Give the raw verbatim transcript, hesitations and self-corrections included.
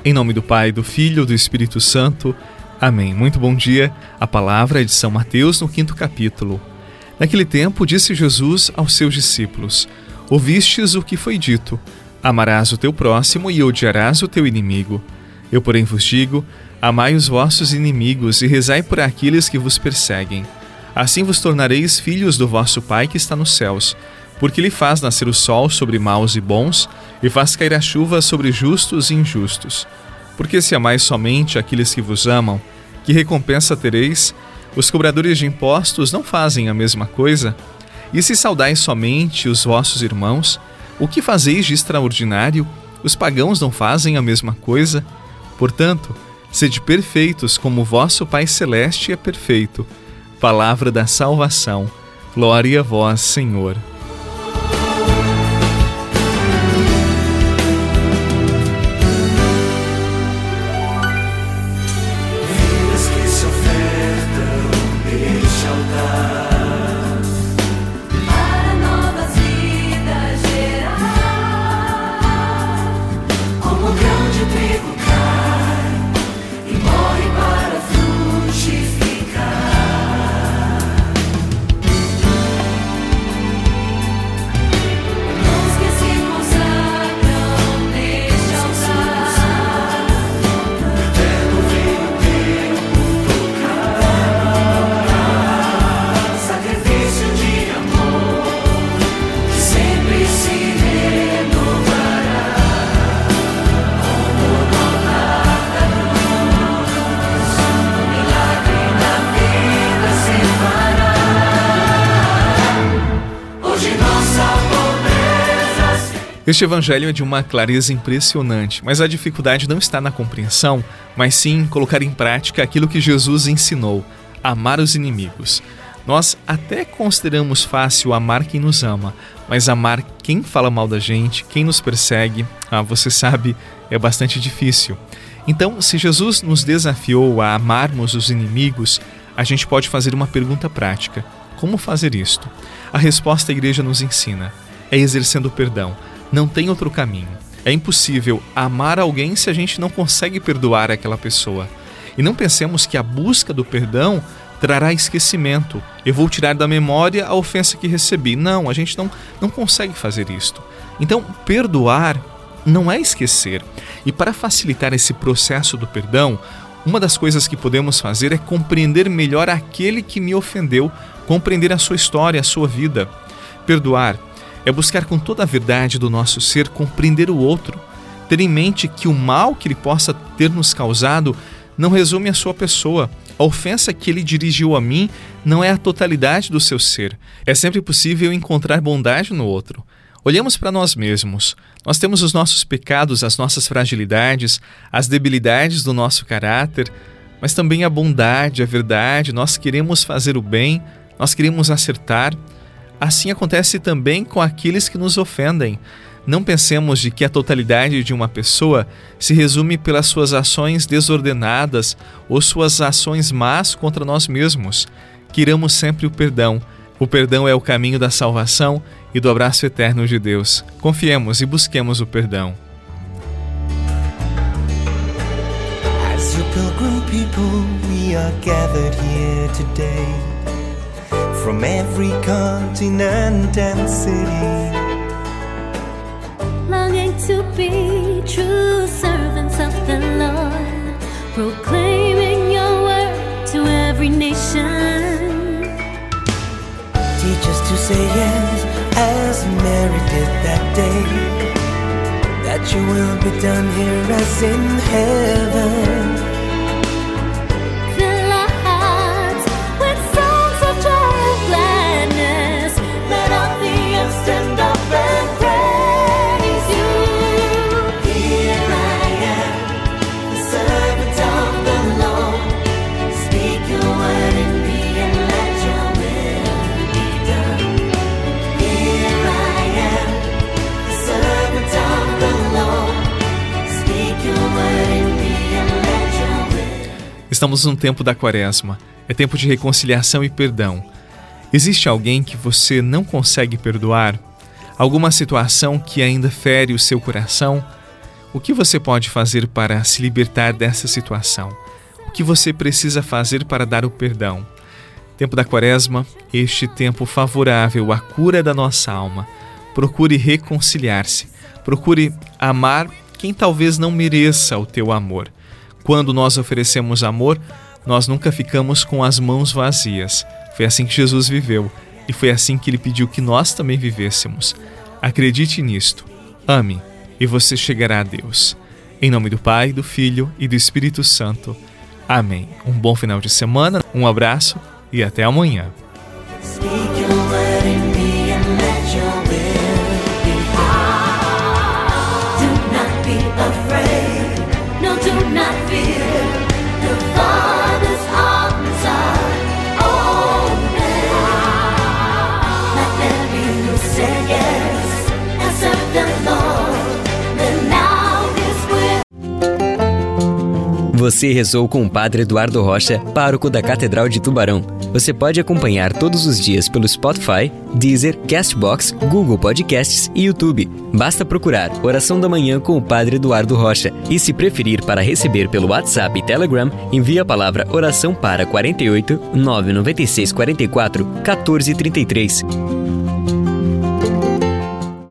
Em nome do Pai, do Filho e do Espírito Santo. Amém. Muito bom dia. A palavra é de São Mateus, no quinto capítulo. Naquele tempo, disse Jesus aos seus discípulos: Ouvistes o que foi dito: amarás o teu próximo e odiarás o teu inimigo. Eu, porém, vos digo: amai os vossos inimigos e rezai por aqueles que vos perseguem. Assim vos tornareis filhos do vosso Pai que está nos céus, porque Ele faz nascer o sol sobre maus e bons e faz cair a chuva sobre justos e injustos. Porque se amais somente aqueles que vos amam, que recompensa tereis? Os cobradores de impostos não fazem a mesma coisa? E se saudais somente os vossos irmãos, o que fazeis de extraordinário? Os pagãos não fazem a mesma coisa? Portanto, sede perfeitos como o vosso Pai Celeste é perfeito. Palavra da salvação. Glória a vós, Senhor. Este evangelho é de uma clareza impressionante, mas a dificuldade não está na compreensão, mas sim em colocar em prática aquilo que Jesus ensinou: amar os inimigos. Nós até consideramos fácil amar quem nos ama, mas amar quem fala mal da gente, quem nos persegue, ah, você sabe, é bastante difícil. Então, se Jesus nos desafiou a amarmos os inimigos, a gente pode fazer uma pergunta prática: como fazer isto? A resposta a igreja nos ensina: é exercendo o perdão. Não tem outro caminho. É impossível amar alguém se a gente não consegue perdoar aquela pessoa. E não pensemos que a busca do perdão trará esquecimento. Eu vou tirar da memória a ofensa que recebi. Não, a gente não, não consegue fazer isto. Então, perdoar não é esquecer. E para facilitar esse processo do perdão, uma das coisas que podemos fazer é compreender melhor aquele que me ofendeu, compreender a sua história, a sua vida. Perdoar é buscar com toda a verdade do nosso ser compreender o outro, ter em mente que o mal que ele possa ter nos causado não resume a sua pessoa. A ofensa que ele dirigiu a mim não é a totalidade do seu ser. É sempre possível encontrar bondade no outro. Olhamos para nós mesmos. Nós temos os nossos pecados, as nossas fragilidades, as debilidades do nosso caráter, mas também a bondade, a verdade. Nós queremos fazer o bem, nós queremos acertar. Assim acontece também com aqueles que nos ofendem. Não pensemos de que a totalidade de uma pessoa se resume pelas suas ações desordenadas ou suas ações más contra nós mesmos. Queiramos sempre o perdão. O perdão é o caminho da salvação e do abraço eterno de Deus. Confiemos e busquemos o perdão. As your pilgrim people, we are gathered here today, from every continent and city, longing to be true servants of the Lord, proclaiming your word to every nation. Teach us to say yes, as Mary did that day, that your will be done here as in heaven. Estamos num tempo da Quaresma, é tempo de reconciliação e perdão. Existe alguém que você não consegue perdoar? Alguma situação que ainda fere o seu coração? O que você pode fazer para se libertar dessa situação? O que você precisa fazer para dar o perdão? Tempo da Quaresma, este tempo favorável à cura da nossa alma. Procure reconciliar-se. Procure amar quem talvez não mereça o teu amor. Quando nós oferecemos amor, nós nunca ficamos com as mãos vazias. Foi assim que Jesus viveu e foi assim que Ele pediu que nós também vivêssemos. Acredite nisto. Ame e você chegará a Deus. Em nome do Pai, do Filho e do Espírito Santo. Amém. Um bom final de semana, um abraço e até amanhã. Você rezou com o Padre Eduardo Rocha, pároco da Catedral de Tubarão. Você pode acompanhar todos os dias pelo Spotify, Deezer, Castbox, Google Podcasts e YouTube. Basta procurar Oração da Manhã com o Padre Eduardo Rocha. E se preferir para receber pelo WhatsApp e Telegram, envie a palavra oração para quarenta e oito, nove nove seis, quarenta e quatro, quatorze, trinta e três.